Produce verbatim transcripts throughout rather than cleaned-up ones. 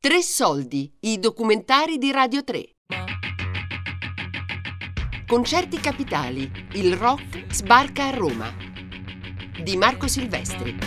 Tre soldi, i documentari di Radio tre. Concerti capitali, il rock sbarca a Roma. Di Marco Silvestri.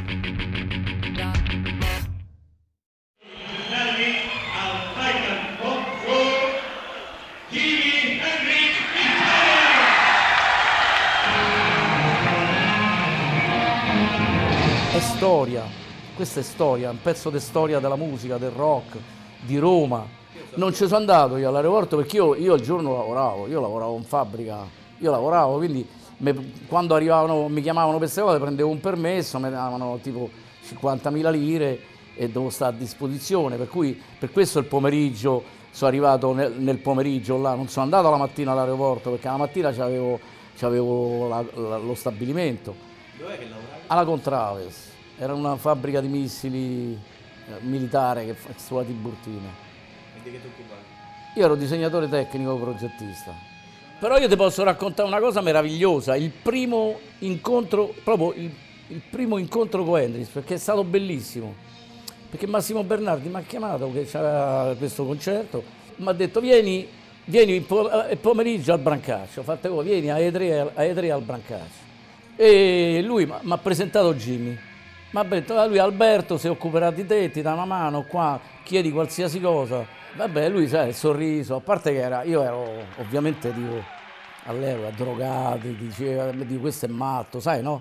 È storia. Questa è storia, un pezzo di storia della musica, del rock, di Roma. Non ci sono andato io all'aeroporto perché io, io il giorno lavoravo, io lavoravo in fabbrica, io lavoravo, quindi me, quando arrivavano, mi chiamavano per queste cose, prendevo un permesso, mi davano tipo cinquantamila lire e dovevo stare a disposizione, per cui per questo il pomeriggio sono arrivato nel, nel pomeriggio là, non sono andato la mattina all'aeroporto perché la mattina c'avevo, c'avevo la, la, lo stabilimento. Dov'è che lavoravi? Alla Contraves. Era una fabbrica di missili eh, militare che fa a Tiburtina. E di che ti occupavi? Io ero disegnatore tecnico progettista. Però io ti posso raccontare una cosa meravigliosa, il primo incontro, proprio il, il primo incontro con Hendrix, perché è stato bellissimo. Perché Massimo Bernardi mi ha chiamato, che c'era questo concerto, mi ha detto vieni, vieni il pomeriggio al Brancaccio, ho fatto come, vieni alle tre al Brancaccio. E lui mi ha presentato Jimmy. Mi ha detto, lui Alberto si occuperà di te, ti dà una mano qua, chiedi qualsiasi cosa. Vabbè, lui sai, il sorriso, a parte che era, io ero ovviamente dico, all'epoca drogati, diceva, dico, questo è matto, sai no?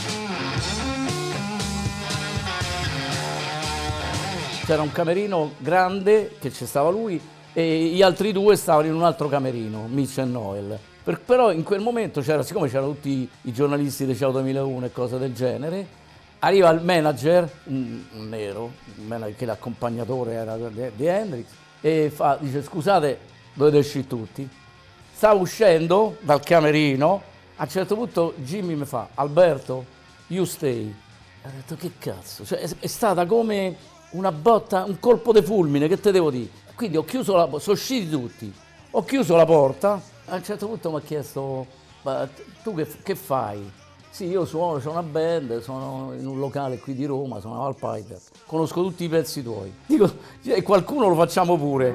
C'era un camerino grande che ci stava lui e gli altri due stavano in un altro camerino, Mitch e Noel. Per, però in quel momento c'era, siccome c'erano tutti i giornalisti di Ciao duemilauno e cose del genere, arriva il manager, un, un nero, un manager che l'accompagnatore era di, di Hendrix, e fa, dice scusate, dovete uscire tutti. Stavo uscendo dal camerino, a un certo punto Jimmy mi fa, Alberto, you stay. Ho detto che cazzo, cioè, è, è stata come una botta, un colpo di fulmine, che te devo dire? Quindi ho chiuso la porta, sono usciti tutti, ho chiuso la porta, a un certo punto mi ha chiesto, ma tu che, che fai? Sì, io suono, c'ho una band, sono in un locale qui di Roma, sono al Piper, conosco tutti i pezzi tuoi. Dico, e qualcuno lo facciamo pure.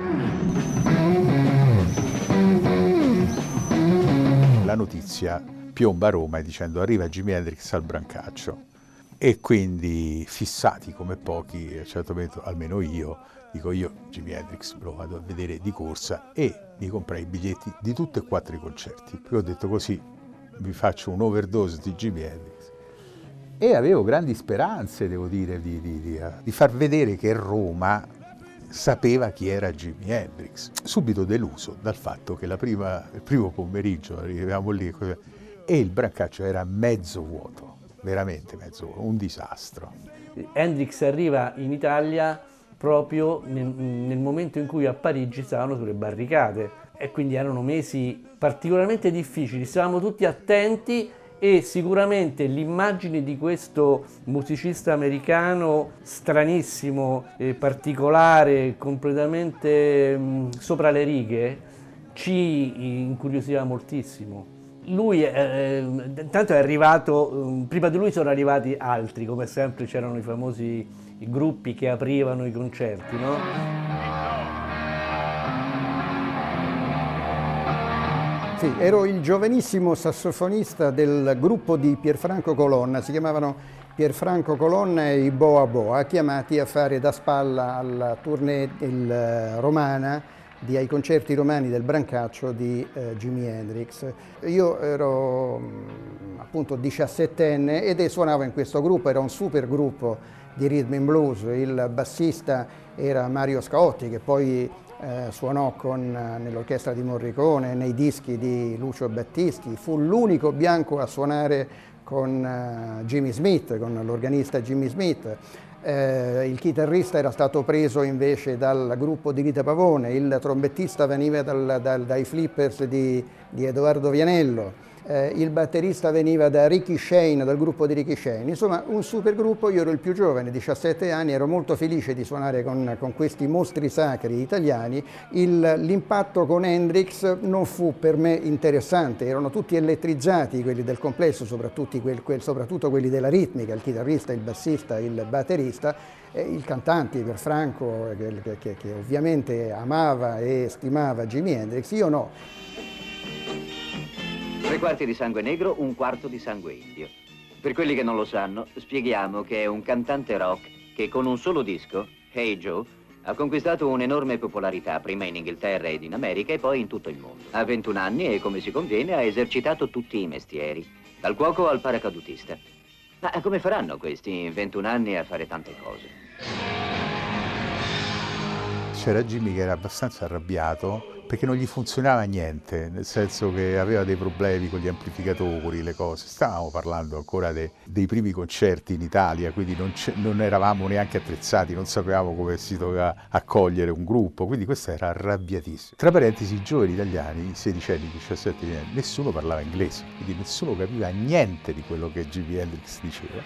La notizia piomba a Roma dicendo arriva Jimi Hendrix al Brancaccio e quindi fissati come pochi, a un certo punto, almeno io, dico io Jimi Hendrix lo vado a vedere di corsa e mi comprai i biglietti di tutti e quattro i concerti. Poi ho detto così, vi faccio un overdose di Jimi Hendrix e avevo grandi speranze, devo dire, di, di, di, di far vedere che Roma sapeva chi era Jimi Hendrix. Subito deluso dal fatto che la prima, il primo pomeriggio arriviamo lì e il Brancaccio era mezzo vuoto, veramente mezzo vuoto, un disastro. Hendrix arriva in Italia proprio nel, nel momento in cui a Parigi stavano sulle barricate. E quindi erano mesi particolarmente difficili, stavamo tutti attenti e sicuramente l'immagine di questo musicista americano stranissimo, eh, particolare, completamente mh, sopra le righe, ci incuriosiva moltissimo. Lui eh, intanto è arrivato, eh, prima di lui sono arrivati altri, come sempre c'erano i famosi i gruppi che aprivano i concerti, no? Sì, ero il giovanissimo sassofonista del gruppo di Pierfranco Colonna, si chiamavano Pierfranco Colonna e i Boa Boa, chiamati a fare da spalla alla tournée il, romana, di, ai concerti romani del Brancaccio di eh, Jimi Hendrix. Io ero appunto diciassettenne ed suonavo in questo gruppo, era un super gruppo di rhythm and blues, il bassista era Mario Scaotti che poi Eh, suonò con, eh, nell'orchestra di Morricone, nei dischi di Lucio Battisti, fu l'unico bianco a suonare con eh, Jimmy Smith, con l'organista Jimmy Smith. Eh, il chitarrista era stato preso invece dal gruppo di Rita Pavone, il trombettista veniva dal, dal, dai Flippers di, di Edoardo Vianello. eh, il batterista veniva da Ricky Shane, dal gruppo di Ricky Shane, insomma un supergruppo. Io ero il più giovane, diciassette anni, ero molto felice di suonare con, con questi mostri sacri italiani. L'impatto con Hendrix non fu per me interessante, erano tutti elettrizzati quelli del complesso, soprattutto, quel, quel, soprattutto quelli della ritmica, il chitarrista, il bassista, il batterista, eh, il cantante Pierfranco, che, che, che ovviamente amava e stimava Jimi Hendrix, io no. Tre quarti di sangue negro, un quarto di sangue indio. Per quelli che non lo sanno, spieghiamo che è un cantante rock che con un solo disco, Hey Joe, ha conquistato un'enorme popolarità prima in Inghilterra ed in America e poi in tutto il mondo. Ha ventuno anni e, come si conviene, ha esercitato tutti i mestieri, dal cuoco al paracadutista. Ma come faranno questi in ventuno anni a fare tante cose? C'era Jimmy che era abbastanza arrabbiato perché non gli funzionava niente, nel senso che aveva dei problemi con gli amplificatori, le cose. Stavamo parlando ancora de, dei primi concerti in Italia, quindi non, non eravamo neanche attrezzati, non sapevamo come si doveva accogliere un gruppo, quindi questo era arrabbiatissimo. Tra parentesi, i giovani italiani, sedici, diciassette anni, nessuno parlava inglese, quindi nessuno capiva niente di quello che Jimi Hendrix diceva.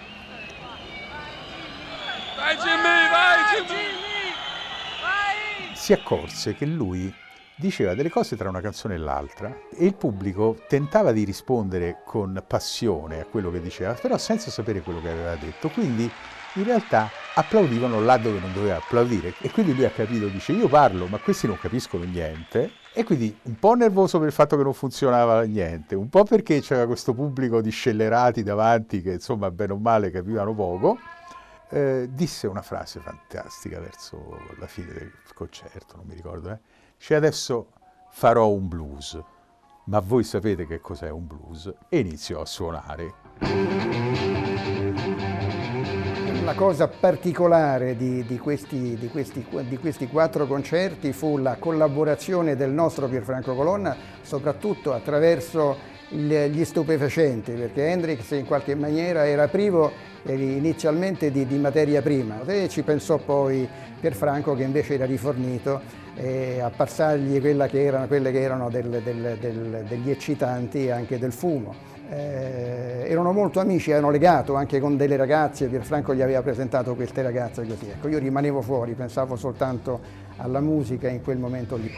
Vai Jimmy, vai Jimmy! Vai! Si accorse che lui diceva delle cose tra una canzone e l'altra e il pubblico tentava di rispondere con passione a quello che diceva, però senza sapere quello che aveva detto, quindi in realtà applaudivano là dove non doveva applaudire. E quindi lui ha capito, dice: io parlo ma questi non capiscono niente, e quindi un po' nervoso per il fatto che non funzionava niente, un po' perché c'era questo pubblico di scellerati davanti che insomma bene o male capivano poco. Eh, disse una frase fantastica verso la fine del concerto, non mi ricordo, eh? Cioè, adesso farò un blues, ma voi sapete che cos'è un blues? E iniziò a suonare. La cosa particolare di, di, questi, di, questi, di questi quattro concerti fu la collaborazione del nostro Pierfranco Colonna, soprattutto attraverso gli stupefacenti, perché Hendrix in qualche maniera era privo inizialmente di, di materia prima, e ci pensò poi Pierfranco, che invece era rifornito, eh, a passargli quella che erano, quelle che erano del, del, del, degli eccitanti e anche del fumo. Eh, erano molto amici, erano legato anche con delle ragazze, Pierfranco gli aveva presentato queste ragazze così. Ecco, io rimanevo fuori, pensavo soltanto alla musica in quel momento lì.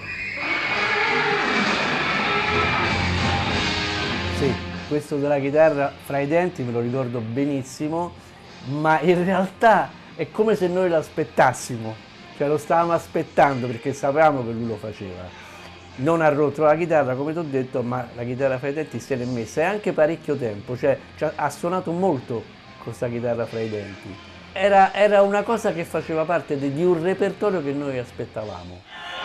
Sì, questo della chitarra fra i denti me lo ricordo benissimo, ma in realtà è come se noi l'aspettassimo, cioè lo stavamo aspettando perché sapevamo che lui lo faceva. Non ha rotto la chitarra, come ti ho detto, ma la chitarra fra i denti si è messa, e anche parecchio tempo, cioè, cioè ha suonato molto con questa chitarra fra i denti. Era, era una cosa che faceva parte de, di un repertorio che noi aspettavamo.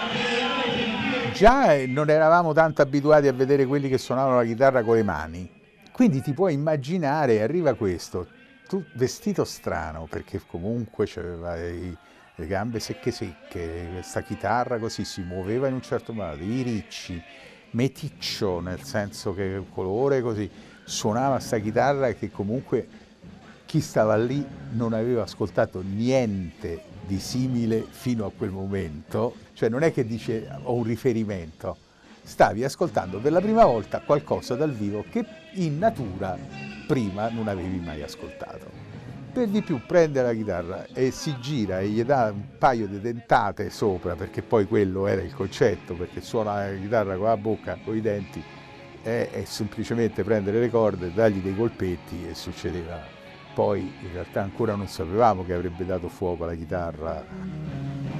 Già non eravamo tanto abituati a vedere quelli che suonavano la chitarra con le mani, quindi ti puoi immaginare, arriva questo, tu vestito strano, perché comunque c'aveva i... le gambe secche secche, questa chitarra così si muoveva in un certo modo, i ricci, meticcio, nel senso che il colore così, suonava sta chitarra che comunque chi stava lì non aveva ascoltato niente di simile fino a quel momento, cioè non è che dice ho un riferimento, stavi ascoltando per la prima volta qualcosa dal vivo che in natura prima non avevi mai ascoltato. Per di più prende la chitarra e si gira e gli dà un paio di dentate sopra, perché poi quello era il concetto, perché suona la chitarra con la bocca, con i denti, e, e semplicemente prendere le corde, dargli dei colpetti e succedeva. Poi in realtà ancora non sapevamo che avrebbe dato fuoco alla chitarra.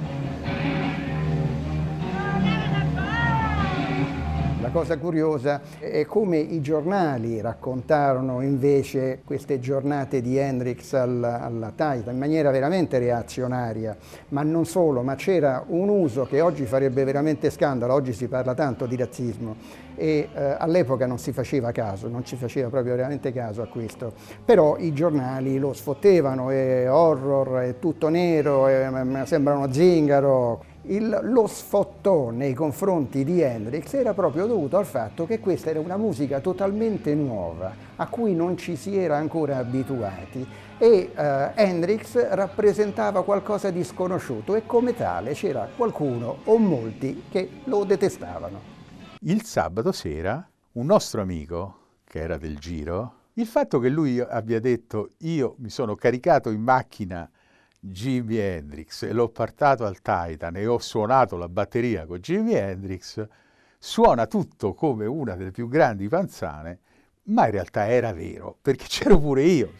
La cosa curiosa è come i giornali raccontarono invece queste giornate di Hendrix alla, alla Taita in maniera veramente reazionaria, ma non solo, ma c'era un uso che oggi farebbe veramente scandalo, oggi si parla tanto di razzismo e eh, all'epoca non si faceva caso, non ci faceva proprio veramente caso a questo, però i giornali lo sfottevano, è horror, è tutto nero, è, sembra uno zingaro. Il, lo sfottò nei confronti di Hendrix era proprio dovuto al fatto che questa era una musica totalmente nuova, a cui non ci si era ancora abituati, e eh, Hendrix rappresentava qualcosa di sconosciuto e come tale c'era qualcuno o molti che lo detestavano. Il sabato sera un nostro amico che era del Giro, il fatto che lui abbia detto io mi sono caricato in macchina Jimi Hendrix e l'ho portato al Titan e ho suonato la batteria con Jimi Hendrix, suona tutto come una delle più grandi panzane, ma in realtà era vero, perché c'ero pure io.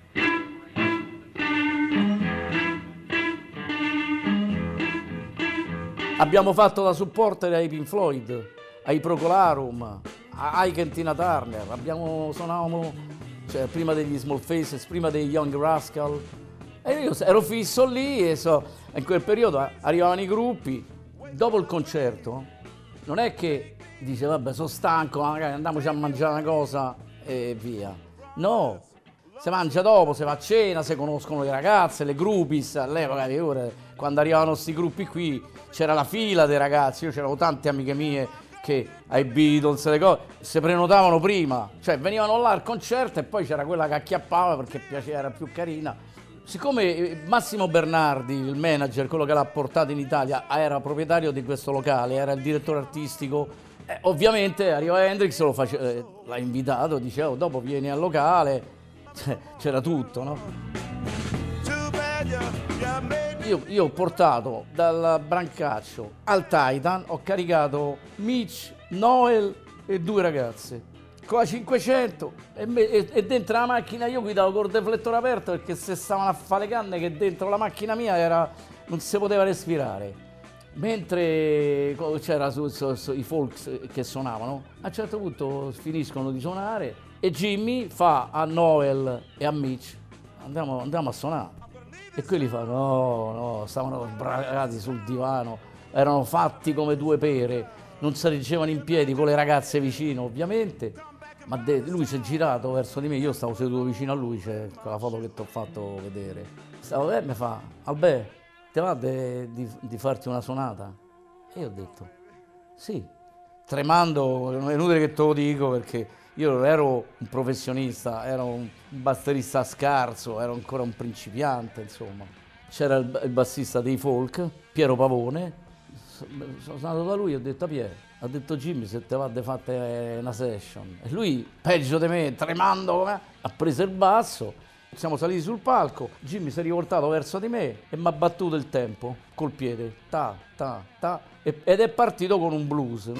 Abbiamo fatto da supporter ai Pink Floyd, ai Procolarum, a Ike e Tina Turner, abbiamo suonavamo cioè, prima degli Small Faces, prima dei Young Rascal, e io ero fisso lì e so, in quel periodo arrivavano i gruppi, dopo il concerto, non è che dice vabbè sono stanco, magari andiamoci a mangiare una cosa e via, no, si mangia dopo, si va a cena, si conoscono le ragazze, le groupies, all'epoca, ora, quando arrivavano questi gruppi qui c'era la fila dei ragazzi, io c'erano tante amiche mie che ai Beatles, le cose, si prenotavano prima, cioè venivano là al concerto e poi c'era quella che acchiappava perché piaceva, era più carina. Siccome Massimo Bernardi, il manager, quello che l'ha portato in Italia, era proprietario di questo locale, era il direttore artistico, eh, ovviamente arriva Hendrix, lo face, eh, l'ha invitato, diceva oh, dopo vieni al locale, cioè, c'era tutto, no? Io, io ho portato dal Brancaccio al Titan, ho caricato Mitch, Noel e due ragazze con la cinquecento e, me, e, e dentro la macchina io guidavo col deflettore aperto perché se stavano a fare le canne che dentro la macchina mia era, non si poteva respirare, mentre c'era su, su, su, i folks che suonavano. A un certo punto finiscono di suonare e Jimmy fa a Noel e a Mitch andiamo, andiamo a suonare. E quelli fanno, no, no, stavano sbracati sul divano, erano fatti come due pere, non si reggevano in piedi con le ragazze vicino ovviamente, ma de- lui si è girato verso di me, io stavo seduto vicino a lui, c'è quella foto che ti ho fatto vedere. Stavo e mi fa, Albè, ti va de- di, di farti una suonata? E io ho detto, sì, tremando, non è inutile che te lo dico perché io ero un professionista, ero un batterista scarso, ero ancora un principiante, insomma. C'era il, il bassista dei folk, Piero Pavone, sono andato da lui e ho detto a Piero, ha detto Jimmy se te va di fare una session. E lui, peggio di me, tremando, eh, ha preso il basso, siamo saliti sul palco, Jimmy si è rivoltato verso di me e mi ha battuto il tempo col piede, ta, ta, ta, ed è partito con un blues.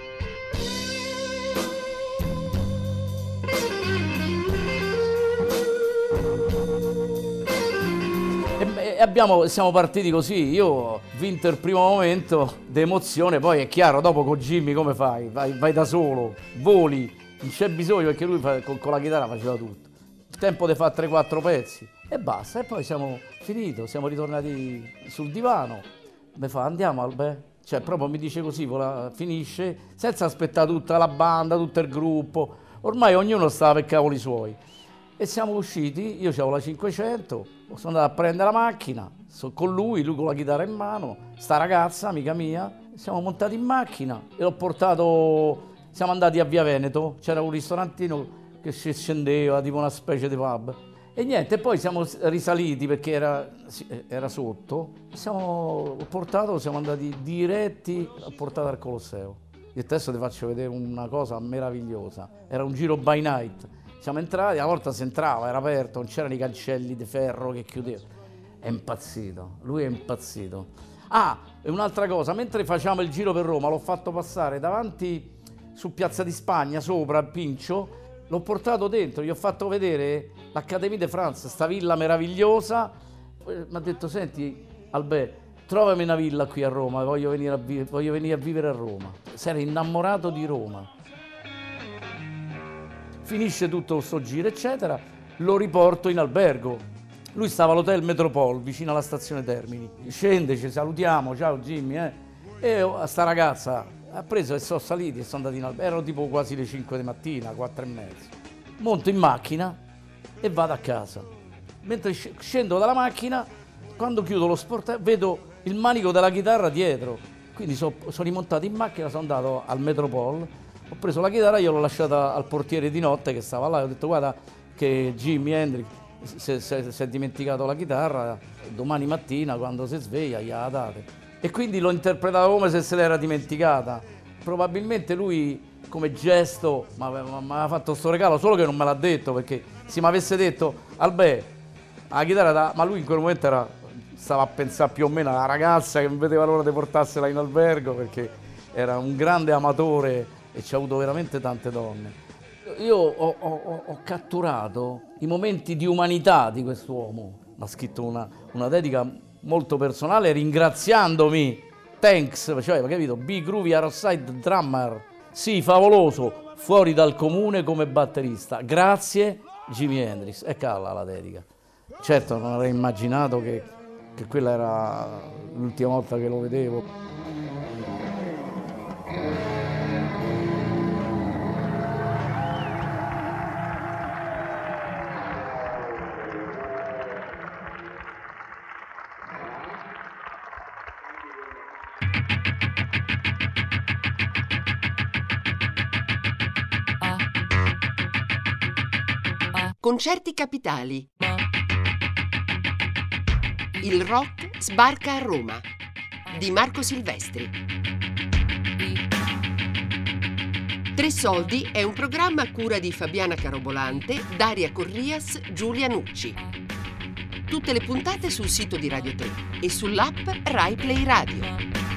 E abbiamo, siamo partiti così, io ho vinto il primo momento di emozione, poi è chiaro, dopo con Jimmy come fai? Vai, vai da solo, voli, non c'è bisogno perché lui fa, con, con la chitarra faceva tutto. Il tempo di fare tre quattro pezzi e basta, e poi siamo finiti, siamo ritornati sul divano, mi fa andiamo Albè, cioè proprio mi dice così, vola, finisce, senza aspettare tutta la banda, tutto il gruppo, ormai ognuno stava per cavoli suoi. E siamo usciti, io avevo la cinquecento, sono andato a prendere la macchina, so con lui, lui con la chitarra in mano, sta ragazza, amica mia, siamo montati in macchina e l'ho portato, siamo andati a Via Veneto, c'era un ristorantino che si scendeva, tipo una specie di pub, e niente, poi siamo risaliti perché era, era sotto, siamo ho portato, siamo andati diretti, l'ho portato al Colosseo. E adesso ti faccio vedere una cosa meravigliosa, era un giro by night. Siamo entrati, una volta si entrava, era aperto, non c'erano i cancelli di ferro che chiudevano. È impazzito, lui è impazzito. Ah, e un'altra cosa, mentre facciamo il giro per Roma, l'ho fatto passare davanti su Piazza di Spagna, sopra, al Pincio, l'ho portato dentro, gli ho fatto vedere l'Académie de France, sta villa meravigliosa. Mi ha detto, senti, Albè, trovami una villa qui a Roma, voglio venire a, vi- voglio venire a vivere a Roma. Si era innamorato di Roma. Finisce tutto questo giro, eccetera, lo riporto in albergo. Lui stava all'hotel Metropole, vicino alla stazione Termini. Scende, ci salutiamo, ciao Jimmy, eh. E a sta ragazza ha preso e sono saliti e sono andati in albergo. Erano tipo quasi le cinque di mattina, quattro e mezza. Monto in macchina e vado a casa. Mentre scendo dalla macchina, quando chiudo lo sportello, vedo il manico della chitarra dietro. Quindi sono so rimontato in macchina, sono andato al Metropole. Ho preso la chitarra, io l'ho lasciata al portiere di notte che stava là, ho detto guarda che Jimi Hendrix si, si, si è dimenticato la chitarra, domani mattina quando si sveglia gliela date. E quindi l'ho interpretata come se se l'era dimenticata. Probabilmente lui come gesto mi aveva fatto sto regalo, solo che non me l'ha detto, perché se mi avesse detto Albè, la chitarra da... ma lui in quel momento era, stava a pensare più o meno alla ragazza che non vedeva l'ora di portarsela in albergo, perché era un grande amatore e ci ha avuto veramente tante donne. Io ho, ho, ho catturato i momenti di umanità di quest'uomo. Mi ha scritto una, una dedica molto personale ringraziandomi. Thanks, cioè, capito? Be Groovy Aeroside Drummer. Sì, favoloso, fuori dal comune come batterista. Grazie Jimi Hendrix. E calla la dedica. Certo, non avrei immaginato che, che quella era l'ultima volta che lo vedevo. Concerti capitali. Il rock sbarca a Roma di Marco Silvestri. Tre soldi è un programma a cura di Fabiana Carobolante, Daria Corrias, Giulia Nucci. Tutte le puntate sul sito di Radio tre e sull'app Rai Play Radio.